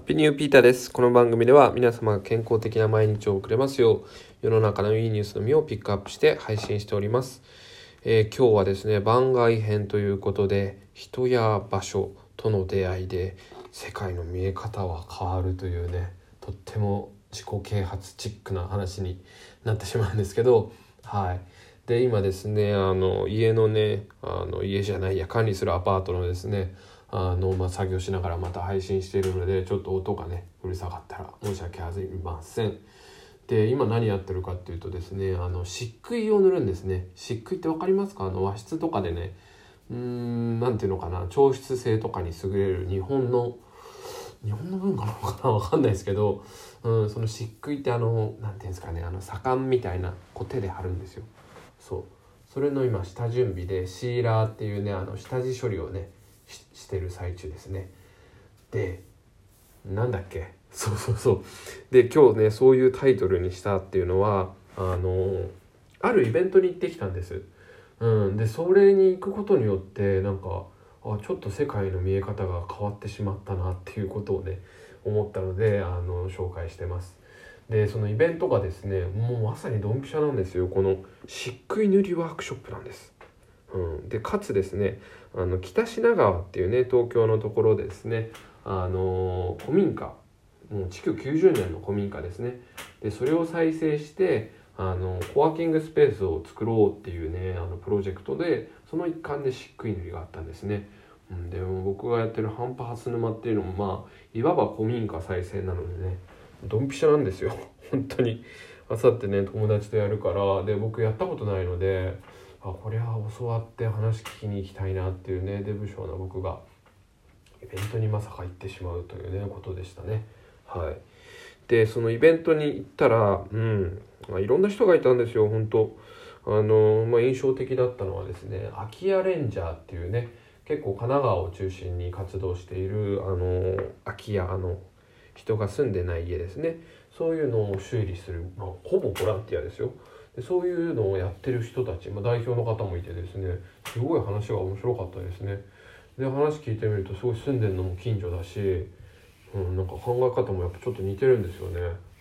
ッピーニューピーターです。この番組では皆様が健康的な毎日を送れますよう、世の中のいいニュースのみをピックアップして配信しております。今日はですね、番外編ということで、人や場所との出会いで世界の見え方は変わるというね、とっても自己啓発チックな話になってしまうんですけど、はい。で、今ですね、家のね、家じゃないや、管理するアパートのですね、作業しながらまた配信しているので、ちょっと音がねうるさかったら申し訳ありません。で、今何やってるかっていうとですね、漆喰を塗るんですね。漆喰ってわかりますか？和室とかでね、なんていうのかな、調湿性とかに優れる日本の文化なのかな、わかんないですけど、その漆喰ってなんていうんですかね、左官みたいな手で貼るんですよ。それの今下準備でシーラーっていうね、下地処理をねしてる最中ですね。で、なんだっけ、で、今日ねそういうタイトルにしたっていうのは、あるイベントに行ってきたんです。で、それに行くことによってちょっと世界の見え方が変わってしまったなっていうことをね思ったので紹介してます。で、そのイベントがですね、もうまさにドンピシャなんですよ。この漆喰塗りワークショップなんです。でかつですね、北品川っていうね東京のところでですね、古民家、もう築90年の古民家ですね。でそれを再生してコワーキングスペースを作ろうっていうねプロジェクトで、その一環で漆喰塗りがあったんですね。でも僕がやってるハンパハス沼っていうのもいわば古民家再生なのでね、ドンピシャなんですよ本当に。あさってね友達とやるから、で僕やったことないので、これは教わって話聞きに行きたいなっていうね、デブ症な僕がイベントにまさか行ってしまうというねことでしたね。はい。でそのイベントに行ったら、いろんな人がいたんですよ本当。印象的だったのはですね、空き家レンジャーっていうね、結構神奈川を中心に活動している空き家、人が住んでない家ですね、そういうのを修理する、ほぼボランティアですよ。でそういうのをやってる人たち、代表の方もいてですね、すごい話が面白かったですね。で話聞いてみると、すごい住んでるのも近所だし、なんか考え方もやっぱちょっと似てるんですよね。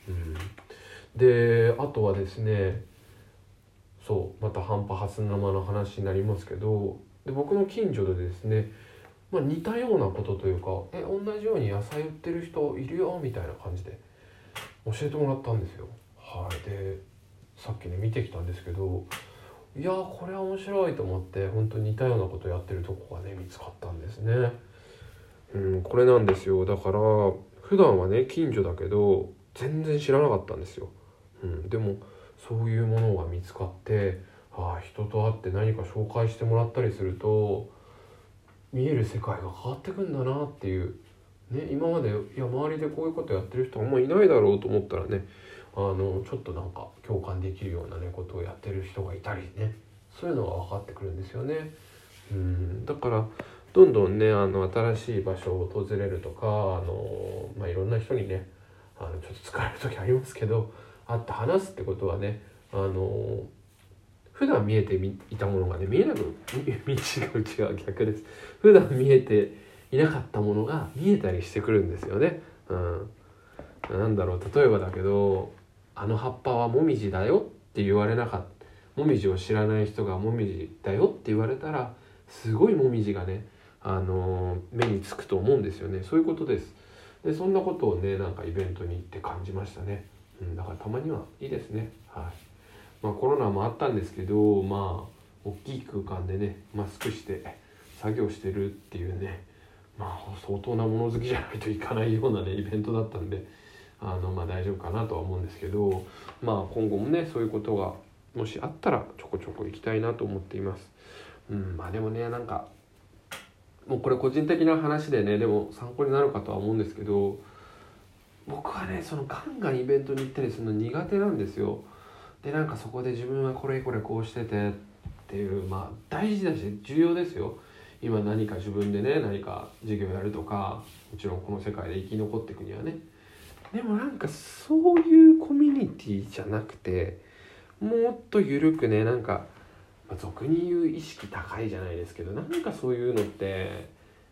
であとはですね、またハンパハス生の話になりますけど、で僕の近所でですね、似たようなことというか、同じように野菜売ってる人いるよみたいな感じで教えてもらったんですよ。はい。でさっきね見てきたんですけど、いやこれは面白いと思って、本当に似たようなことやってるとこがね見つかったんですね。これなんですよ。だから普段はね近所だけど全然知らなかったんですよ。でもそういうものが見つかって、人と会って何か紹介してもらったりすると、見える世界が変わってくんだなっていう、ね、今まで周りでこういうことやってる人あんまいないだろうと思ったらね、ちょっと共感できるようなねことをやってる人がいたりね、そういうのが分かってくるんですよね。だからどんどんね新しい場所を訪れるとか、いろんな人にねちょっと疲れる時ありますけど、会って話すってことはね、普段見えていたものがね見えなく違う逆です。普段見えていなかったものが見えたりしてくるんですよね。なんだろう、例えばだけど、あの葉っぱはモミジだよって言われなかった、モミジを知らない人がモミジだよって言われたら、すごいモミジがね目につくと思うんですよね。そういうことです。でそんなことをねイベントに行って感じましたね。だからたまにはいいですね。はい。コロナもあったんですけど、大きい空間でねマスクして作業してるっていうね、相当なもの好きじゃないといかないようなねイベントだったんで、大丈夫かなとは思うんですけど、今後もねそういうことがもしあったらちょこちょこ行きたいなと思っています。でもねもうこれ個人的な話でね、でも参考になるかとは思うんですけど、僕はねそのガンガンイベントに行ったりするの苦手なんですよ。でそこで自分はこれこうしててっていう、大事だし重要ですよ。今何か自分でね何か事業やるとか、もちろんこの世界で生き残っていくにはね。でもそういうコミュニティじゃなくて、もっと緩くね俗に言う意識高いじゃないですけど、そういうのって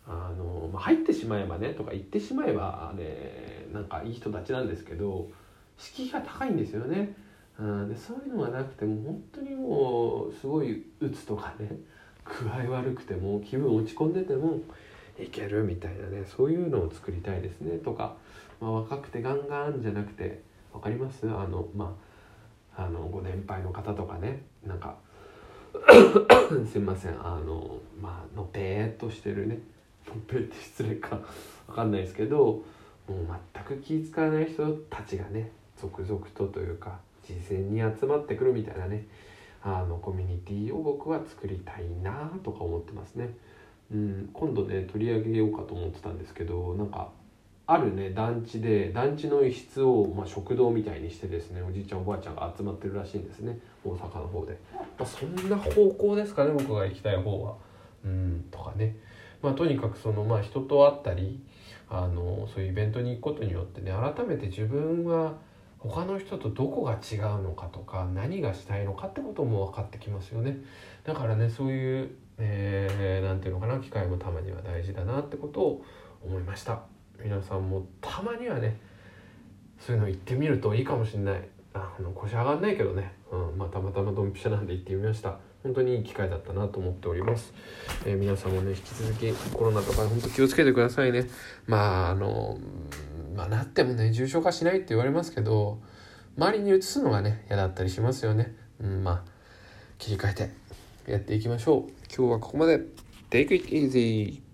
入ってしまえばねとか言ってしまえばね、なんかいい人たちなんですけど、敷居が高いんですよね。でそういうのがなくても本当にもうすごい鬱とかね、具合悪くても気分落ち込んでてもいけるみたいなね、そういうのを作りたいですね。とか、若くてガンガンじゃなくて、わかります？ご年配の方とかね、なんかすいません、のぺーっとしてるね、のぺーって失礼かわかんないですけど、もう全く気使わない人たちがね続々というか事前に集まってくるみたいなね、コミュニティを僕は作りたいなとか思ってますね。今度ね取り上げようかと思ってたんですけど、なんかあるね団地の一室を、食堂みたいにしてですね、おじいちゃんおばあちゃんが集まってるらしいんですね、大阪の方で。そんな方向ですかね、僕が行きたい方は。とかね、とにかく人と会ったりそういうイベントに行くことによってね、改めて自分は他の人とどこが違うのかとか何がしたいのかってことも分かってきますよね。だからね、そういう、なんていうのかな、機会もたまには大事だなってことを思いました。皆さんもたまにはねそういうの行ってみるといいかもしれない。腰上がんないけどね、たまたまドンピシャなんで行ってみました。本当にいい機会だったなと思っております。皆さんもね引き続きコロナとか本当気をつけてくださいね。なってもね重症化しないって言われますけど、周りに移すのがね嫌だったりしますよね。切り替えてやっていきましょう。今日はここまで。Take it easy.